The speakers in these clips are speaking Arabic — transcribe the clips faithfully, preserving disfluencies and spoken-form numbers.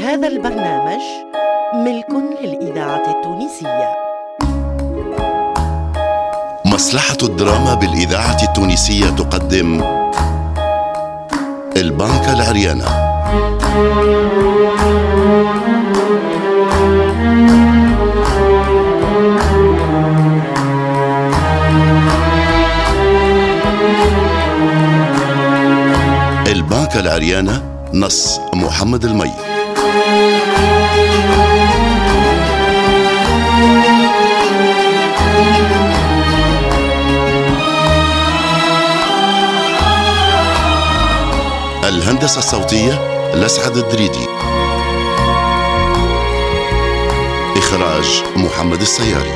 هذا البرنامج ملك للإذاعة التونسية. مصلحة الدراما بالإذاعة التونسية تقدم البنكة العريانة. البنكة العريانة، نص محمد المي. الهندسة الصوتية لسعد الدريدي. إخراج محمد السياري.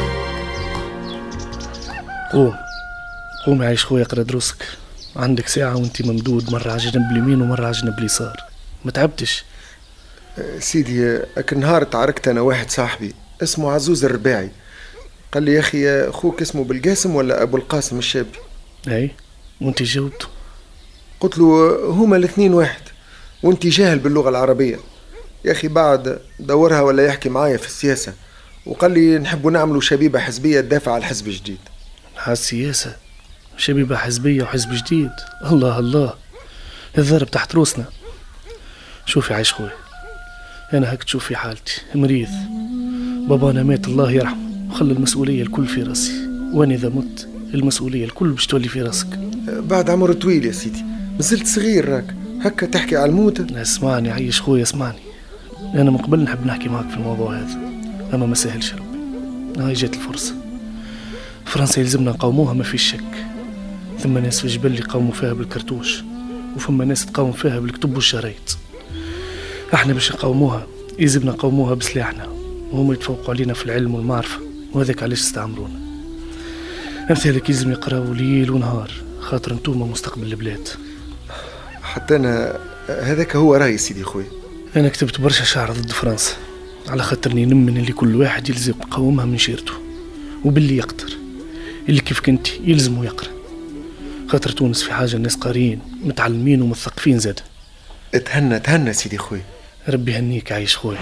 قوم قوم يعيش خويا، اقرا دروسك. عندك ساعة وانت ممدود، مرة على جنب اليمين ومرة على جنب اليسار. ما تعبتش سيدي؟ اك نهار تعاركت انا واحد صاحبي اسمه عزوز الرباعي، قال لي يا اخي اخوك اسمه بالقاسم ولا ابو القاسم الشابي؟ اي وانت جاوبته؟ قلت له هما الاثنين واحد وانت جاهل باللغة العربية يا اخي. بعد دورها ولا يحكي معايا في السياسة، وقال لي نحبوا نعملوا شبيبة حزبية تدافع على الحزب الجديد. على السياسة؟ شبيبة حزبية وحزب جديد؟ الله الله، الضرب تحت روسنا. شوفي عايش خويا، انا هك تشوفي حالتي مريض، بابانا مات الله يرحمه وخلى المسؤولية الكل في راسي، وانا اذا مت المسؤولية الكل باش تولي في راسك. بعد عمر طويل يا سيدي، مازلت صغير راك هكا تحكي على الموت. اسمعني عيش خويا اسمعني، انا من قبل نحب نحكي معك في الموضوع هذا، اما ما سهلش ربي. هاي جات الفرصة. فرنسا يلزمنا نقاوموها ما فيش شك. ثم ناس في الجبل يقاوموا فيها بالكرتوش، وفما ناس تقاوم فيها بالكتب والشرايط. احنا باش نقاوموها يلزمنا نقاوموها بسلاحنا، وهم يتفوقوا علينا في العلم والمعرفة، وهذاك علاش استعمرونا. امثالك يلزم يقراو ليل ونهار، خاطر انتوما مستقبل البلاد. حتى انا هذاك هو رايي سيدي خويا. انا كتبت برشا شعر ضد فرنسا، على خاطرني نمن اللي كل واحد يلزم يقاومها من شيرته، وباللي يقدر اللي كيف كنت يلزمه يقرا، خاطر تونس في حاجه الناس قاريين متعلمين ومثقفين زاد. اتهنى تهنى سيدي خويا. ربي يهنيك عايش خويا.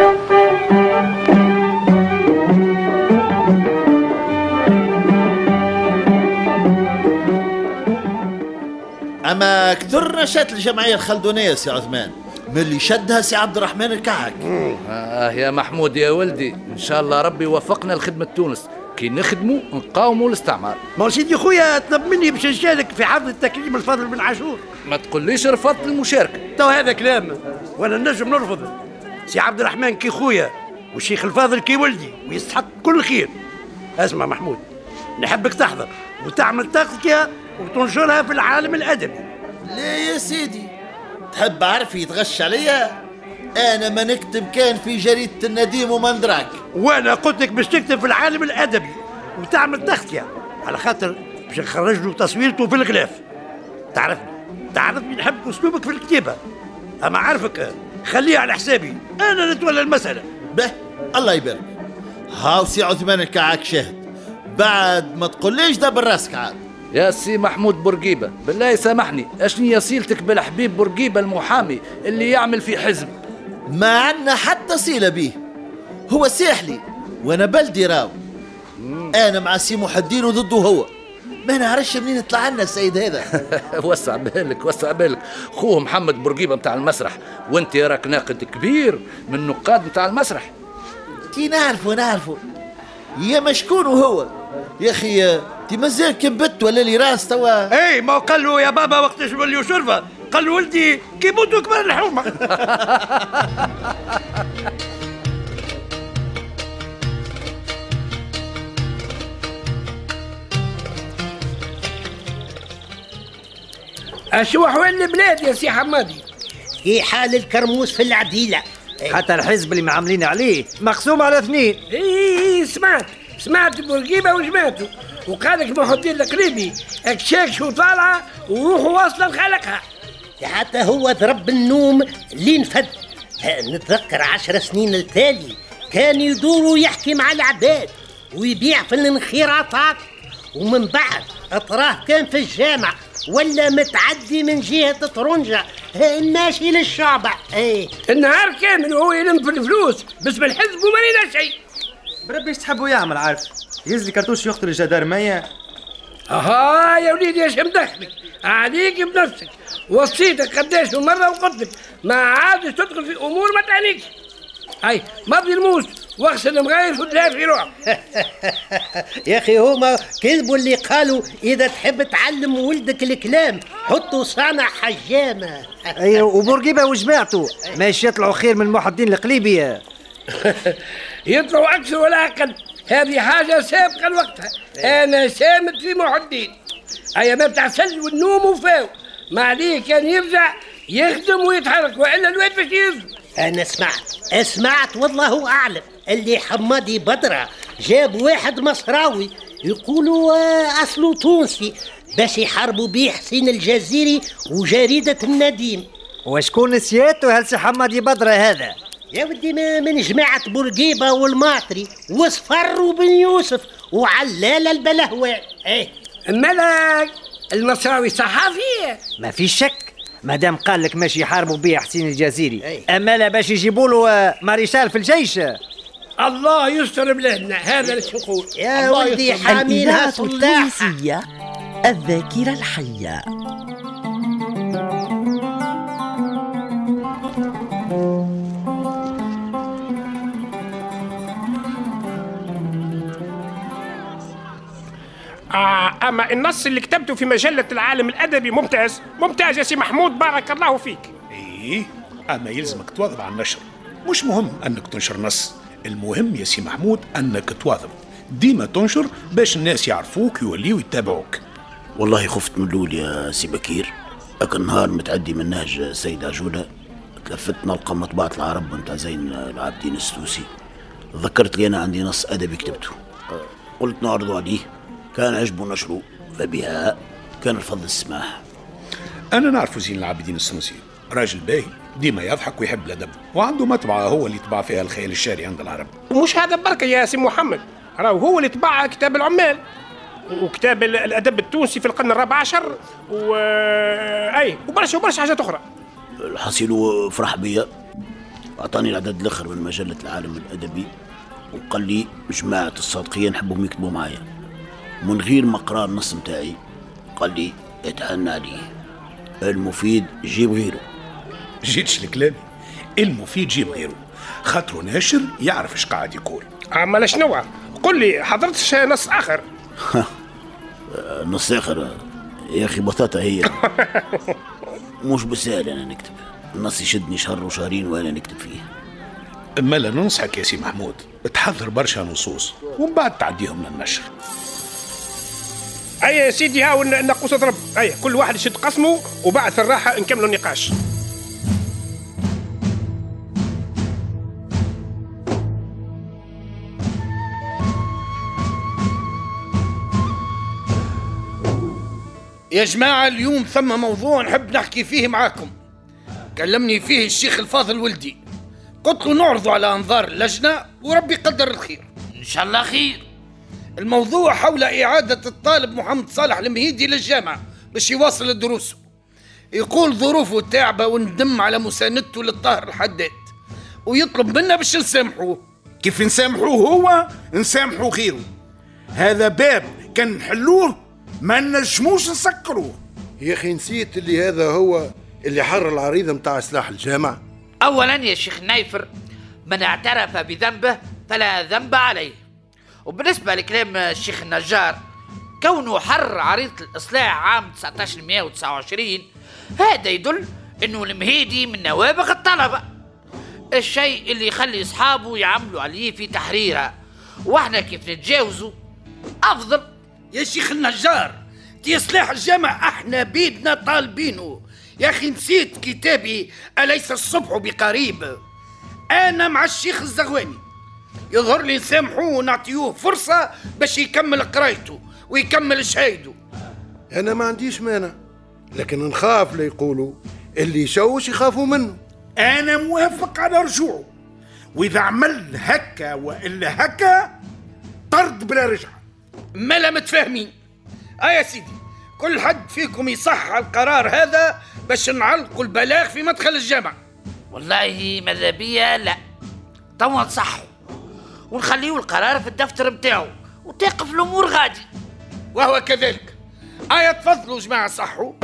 أما كثر نشاط الجمعية الخلدونية سي عثمان، من اللي شدها سي عبد الرحمن الكعك. آه يا محمود يا ولدي، إن شاء الله ربي يوفقنا لخدمة تونس، كي نخدموا نقاوموا الاستعمار. ما سيدي خويا طلب مني باش نشارك في حفل تكريم الفضل بن عاشور. ما تقوليش رفضت المشاركة. تو هذا كلام وانا نجم نرفض. سي عبد الرحمن كي خويا والشيخ الفاضل كي ولدي ويستحق كل خير. اسمع محمود، نحبك تحضر وتعمل تغطية وتنشرها في العالم الأدبي. لا يا سيدي، تحب عرفي يتغش عليا؟ أنا ما نكتب كان في جريدة النديم وما ندراك. وأنا قلت لك باش تكتب في العالم الأدبي وتعمل تغطية، على خاطر باش نخرج له تصويرته في الغلاف. تعرفني تعرفني نحب أسلوبك في الكتابة، أما عارفك خليها على حسابي، أنا نتولى المسألة. به الله يبارك. هاو سي عثمان الكعك شاهد، بعد ما تقوليش ده بالراسك عاد. يا سي محمود بورقيبة، بالله سامحني، اشني صيلتك بالحبيب بورقيبة المحامي اللي يعمل في حزب؟ ما عندنا حتى صيلة بيه، هو ساحلي وانا بلدي راو. انا مع سي محدين وضده هو، ما نعرفش منين يطلع لنا السيد هذا. وسع بالك وسع بالك، خوه محمد بورقيبة متاع المسرح، وانت راك ناقد كبير من نقاد متاع المسرح. تي نعرفه نعرفه يا مشكون هو يا اخي. تي مازال كبت ولا لي راس توا؟ اي ما قال له يا بابا وقت جبل له شرفه، قال له ولدي كي موتوا كبر الحومه. اشو احوال البلاد يا سي حمادي؟ في حال الكرموس في العديله، حتى الحزب اللي معاملين عليه مقسوم على اثنين. اي سمعت سمعت بورقيبه وجماعته، وقالك محدين القريبي اكشاك شو طالعه وروحوا واصله لخلقها. حتى هو ضرب النوم اللي نفد. نتذكر عشر سنين التالي كان يدور ويحكي مع العباد ويبيع في الانخراطات، ومن بعد اطراه كان في الجامع ولا متعدي من جهة طرنجة ماشي للشعبة. ايه النهار كامل وهو يلم في الفلوس باسم الحزب وما لنا شيء. بربي ايش تحبوا يعمل عارف يهز لي كرتوش يخطر الجدارمية. اها يا وليدي ايش مدخلك عليك بنفسك، وصيتك قداش من مرة وقلت لك ما عادش تدخل في امور ما تعنيكش. هاي مضي الموس واغسل مغاير فدها في روح. يا اخي هما كذبوا اللي قالوا اذا تحب تعلم ولدك الكلام حطوا صانع حجامه. ايوه وبورقيبه وجماعته ماشي يطلعوا خير من محي الدين القليبي. يطلعوا اكثر ولا اقل، هذه حاجه سابقه لوقتها. انا سامت في محي الدين. ايا ما بتاع السل والنوم وفاو ما عليه كان يرجع يخدم ويتحرك، والا الواد باش يزن. انا سمعت سمعت والله اعلم اللي حمادي بدره جاب واحد مصراوي يقولوا اصله تونسي باش يحاربوا بيه حسين الجزيري وجريده النديم. وشكون نسيته هالسي حمادي بدره هذا؟ يا ودي من جماعه بورقيبه والماطري وصفر وبن يوسف وعلال البلهوان. ايه الملك المصراوي صحافي ما في شك، مادام قال لك ماشي يحاربوا بيه حسين الجزيري اما لا باش يجيبوا له ماريشال في الجيش. الله يستر بلادنا، هذا اللي نقول. يا ولدي حامينها صلاح. التونسية الذاكرة الحية. آه أما النص اللي كتبته في مجلة العالم الأدبي ممتاز ممتاز يا سي محمود، بارك الله فيك. إيه أما يلزمك تواظب على النشر، مش مهم أنك تنشر نص، المهم يا سي محمود أنك تواظب ديما تنشر باش الناس يعرفوك يوليوا يتابعوك. والله خفت من الأول يا سي بكير، لكن النهار متعدي من نهج سيد عجولة تلفت نلقى مطبعة العرب نتاع زين العابدين السوسي. ذكرت لي أنا عندي نص أدبي كتبته، قلت نعرضه عليه، كان عجبه نشره فبها كان الفضل السماح. أنا نعرف زين العابدين السنوسي راجل باهي ديما يضحك ويحب الأدب، وعنده مطبعة هو اللي طبع فيها الخيال الشعري عند العرب. ومش هذا بركة يا سي محمد، راهو هو اللي طبع كتاب العمال وكتاب الأدب التونسي في القرن الرابع عشر و أي وبرشا وبرشا حاجات أخرى. الحصيل فرح بيا، أعطاني العدد الآخر من مجلة العالم الأدبي وقال لي جماعة الصادقية نحبهم يكتبوا معايا، من غير ما قرأ النص متاعي قال لي اتهنى عليه، المفيد جيب غيره. جيتش لكلامي، المفيد جيب غيره، خاطره ناشر يعرف اش قاعد يقول. عمال شنو؟ قل لي حضرتش نص آخر؟ نص آخر يا أخي بساطة هي مش بسهل أنا نكتب، النص يشدني شهر وشهرين وأنا نكتب فيه. أما لا ننصحك يا سي محمود تحضر برشا نصوص ومن بعد تعديهم للنشر. أي يا سيدي هاو نقص ضرب، أي كل واحد يشد قسمه وبعد في الراحة نكملوا النقاش. يا جماعة اليوم ثم موضوع نحب نحكي فيه معاكم، كلمني فيه الشيخ الفاضل ولدي، قلت له نعرضه على أنظار اللجنة وربي قدر الخير إن شاء الله خير. الموضوع حول إعادة الطالب محمد صالح المهيدي للجامعة باش يواصل دروسه. يقول ظروفه تعبة وندم على مساندته للطاهر الحداد ويطلب منا باش نسامحوه. كيف نسامحوه هو نسامحوه غيره، هذا باب كان نحلوه ما نجموش نسكروه. يا أخي نسيت اللي هذا هو اللي حر العريضة متاع إصلاح الجامع. أولا يا شيخ نايفر، من اعترف بذنبه فلا ذنب عليه. وبالنسبة لكلام الشيخ النجار كونه حر عريضة الإصلاح عام تسعة عشر مئة وتسعة وعشرين، هذا يدل أنه المهيدي من نوابغ الطلبة، الشيء اللي يخلي أصحابه يعملوا عليه في تحريره، وإحنا كيف نتجاوزه أفضل. يا شيخ النجار دي إصلاح الجامع احنا بيدنا طالبينه. يا أخي نسيت كتابي أليس الصبح بقريب؟ أنا مع الشيخ الزغواني، يظهر لي نسامحوه ونعطيوه فرصة باش يكمل قرايته ويكمل شهايده. أنا ما عنديش مانع، لكن نخاف لا يقولوا اللي يشوش يخافوا منه. أنا موافق على رجوعه، وإذا عمل هكا وإلا هكا طرد بلا رجعة. ما لا متفاهمين. آه يا سيدي كل حد فيكم يصح على القرار هذا باش نعلقوا البلاغ في مدخل الجامع. والله ماذا بيا لا، توا نصحوا ونخليوا القرار في الدفتر متاعو وتقف الامور غادي. وهو كذلك. آية تفضلوا جماعة صحوا.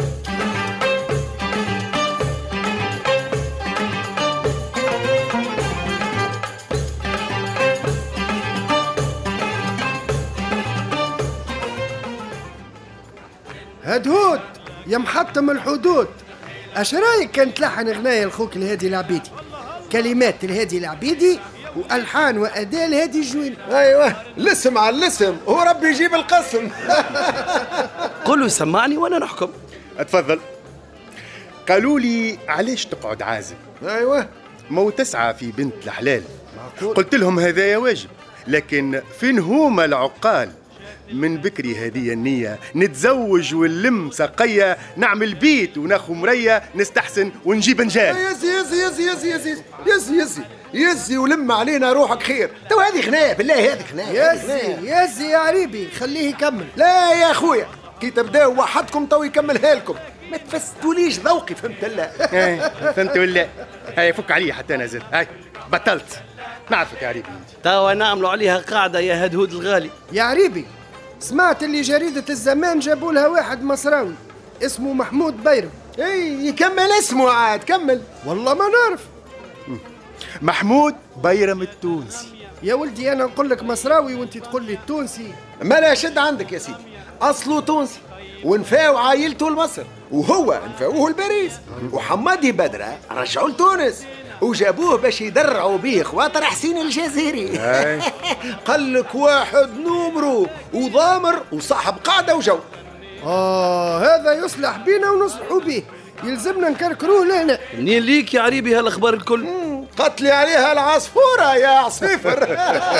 هدهود يا محطم الحدود، اش رايك كان تلحن غنايه لخوك الهادي العبيدي؟ كلمات الهادي العبيدي والحان واداء الهادي الجويني. ايوه الاسم على الاسم وربي يجيب القسم. قل له سمعني وانا نحكم. اتفضل. قالوا لي علاش تقعد عازب؟ ايوه مو تسعى في بنت الحلال. قلت لهم هذا واجب، لكن فين هما العقال؟ من بكري هذه النية نتزوج ونلم سقية، نعمل بيت وناخو مرية، نستحسن ونجيب نجال. يزي يزي يزي يزي يزي يزي يزي يزي ولم علينا روحك خير. تو هذه غناية بالله، هذه غناية. يزي يزي يا عريبي خليه يكمل. لا يا خويا كي تبداو وحدكم تو يكملها لكم، ما تفسدوليش ذوقي. فهمت لا؟ فهمت ولا؟ هاي فك علي حتى انا زلت. هاي بطلت نعرفك يا عريبي. توا نعملوا عليها قاعدة يا هدهود الغالي. يا عريبي سمعت اللي جريدة الزمان جابوا لها واحد مصراوي اسمه محمود بيرم. اي يكمل اسمه عاد كمل. والله ما نعرف. محمود بيرم التونسي. يا ولدي انا نقول لك مصراوي وانت تقول لي التونسي. ما لا شد عندك يا سيدي، اصله تونسي ونفاو عايلته لمصر، وهو نفاوه لباريس، وحمادي بدرة رجعوا لتونس وجابوه باش يدرعوا بيه خواطر حسين الجزيري. قال لك واحد نمرو وضامر وصاحب قاعده وجو. اه هذا يصلح بينا ونصلحوا به، يلزمنا نكركروه لهنا. منين ليك يا عريبي هالاخبار الكل؟ قتلي عليها العصفوره يا عصيفر.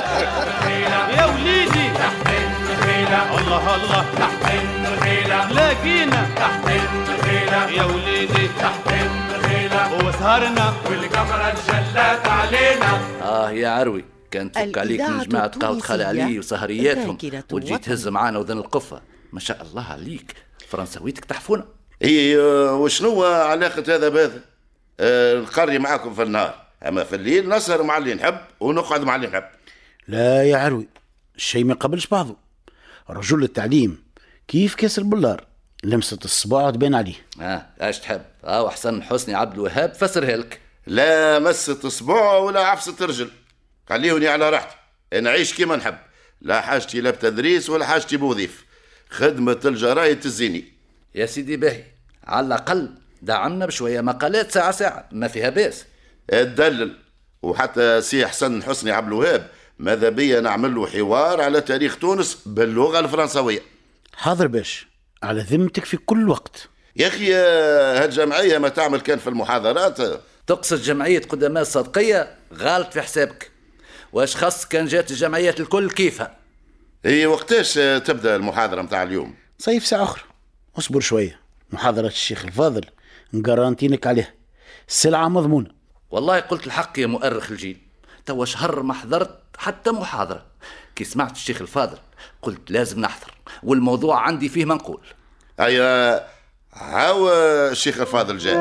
يا وليدي تحت الخيله، الله الله تحت الخيله، لاقينا تحت الخيله، يا وليدي تحت الخيله، وسهرنا والقمر انجلت علينا. اه يا عروي كانت تفك عليك من جماعة قهوة خالي علي وسهرياتهم وتجي تهز معانا وذن القفة. ما شاء الله عليك فرنساويتك تحفونا. اي وشنو علاقة هذا بهذا؟ آه نقري معاكم في النهار، اما في الليل نسهر مع اللي نحب ونقعد مع اللي نحب. لا يا عروي الشيء ما يقبلش بعضه. رجل التعليم كيف كاس البلار، لمسة الصباع تبان عليه. اه ايش تحب؟ اه وحسن حسني عبد الوهاب فسرها لك. لا مسة اصبع ولا عفسة رجل، خليوني على راحتي، انا عيش كيما نحب، لا حاجتي لا بتدريس ولا حاجتي بوظيف، خدمة الجرايد تزيني. يا سيدي باهي، على الأقل دعمنا بشوية مقالات ساعة ساعة ما فيها باس. تدلل، وحتى سي حسن حسني عبد الوهاب ماذا بيا نعمل له حوار على تاريخ تونس باللغة الفرنسوية. حاضر باش، على ذمتك في كل وقت. يا أخي هالجمعية ما تعمل كان في المحاضرات. تقصد جمعية قدماء الصدقية؟ غالط في حسابك. واش خاص كان جات الجمعيات الكل كيفها؟ هي وقتاش تبدأ المحاضرة متاع اليوم؟ صيف ساعة أخرى، اصبر شوية. محاضرة الشيخ الفاضل نقرانتينك عليها، السلعة مضمونة. والله قلت الحق يا مؤرخ الجيل، توا شهر ما حضرت حتى محاضرة. كي سمعت الشيخ الفاضل قلت لازم نحضر، والموضوع عندي فيه منقول. أيوة هاو الشيخ الفاضل جاء.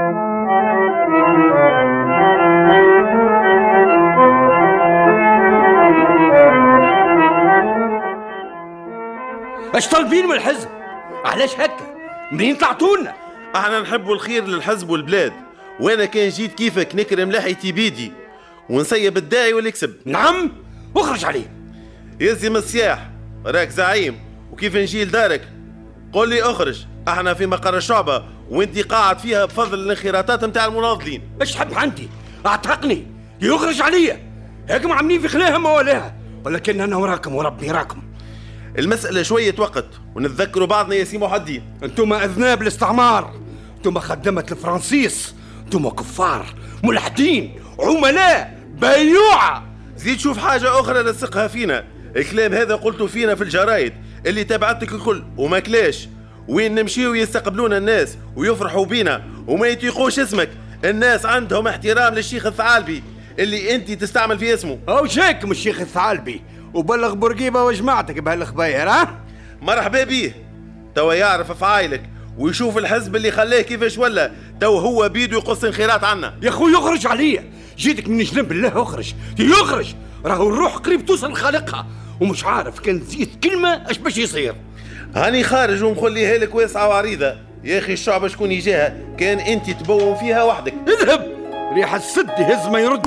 اش طالبين من الحزب؟ علاش هكا؟ منين طلعتونا؟ احنا نحبوا الخير للحزب والبلاد، وانا كان جيت كيفك نكرم لاحيتي بيدي ونسيب الداعي واليكسب. نعم اخرج عليه. يلزم السياح، راك زعيم وكيف نجي لدارك قول لي اخرج. احنا في مقر الشعبة وانت قاعد فيها بفضل الانخراطات متاع المناضلين. ايش تحب عندي؟ اعتقني يخرج عليا. هاكم عاملين في خلاها موالاها، ولكن انا وراكم وربي راكم. المسألة شوية وقت ونتذكروا بعضنا يا سي محدين. انتم اذناب الاستعمار، انتم خدمة الفرنسيس، انتم كفار ملحدين عملاء بيوعة. زيد شوف حاجة أخرى لصقها فينا. الكلام هذا قلته فينا في الجرايد اللي تبعتك الكل وما كلاش. وين نمشيو يستقبلون الناس ويفرحوا بينا وما يطيقوش اسمك. الناس عندهم احترام للشيخ الثعالبي اللي انت تستعمل في اسمه. او جاكم الشيخ الثعالبي وبلغ بورقيبة وجماعتك بهالخباير. ها مرحبا بيه. توا يعرف افعايلك ويشوف الحزب اللي خلاه كيفاش ولا، تو هو بيدو يقص انخراط عنا. يا خويا اخرج عليا، جيتك من جنب بالله اخرج يخرج، راهو الروح قريب توصل لخالقها ومش عارف كان تزيد كلمه اش باش يصير. هاني خارج ومخليها لك واسعه وعريضه. يا اخي الشعب شكون يجيها؟ كان انت تبون فيها وحدك. اذهب ريح السد يهز ما يرد.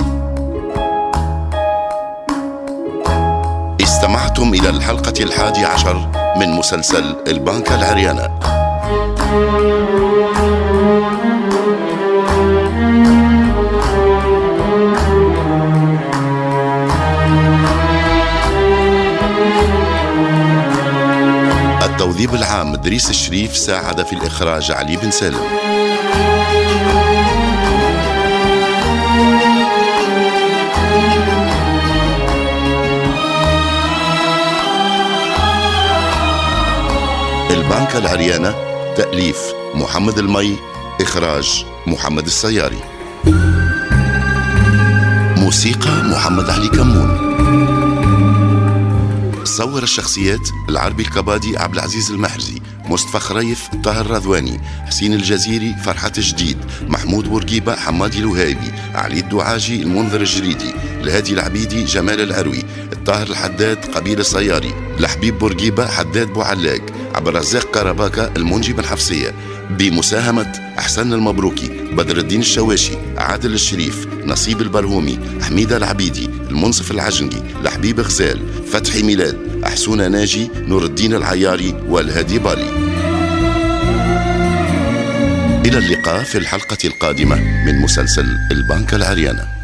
استمعتم إلى الحلقة الحادي عشر من مسلسل البنكة العريانة. التوظيف العام إدريس الشريف، ساعد في الإخراج علي بن سالم. البنكة العريانة، تأليف محمد المي، إخراج محمد السياري. موسيقى محمد علي كمون. صور الشخصيات: العربي الكبادي، عبد العزيز المحرزي، مصطفى خريف، طاهر رضواني، حسين الجزيري، فرحات الجديد، محمود بورقيبة، حمادي الوهيبي، علي الدعاجي، المنذر الجريدي، الهادي العبيدي، جمال العروي، الطاهر الحداد، قبيل الصياري، لحبيب بورقيبة، حداد بوعلاق، عبد الرزاق كرباكة، المنجي بن حفصية، بمساهمة أحسن المبروكي، بدر الدين الشواشي، عادل الشريف، نصيب البرهومي، حميدة العبيدي، المنصف العجنقي، لحبيب غزال، فتحي ميلاد، أحسونة ناجي، نور الدين العياري، والهادي بالي. إلى اللقاء في الحلقة القادمة من مسلسل البنكة العريانة.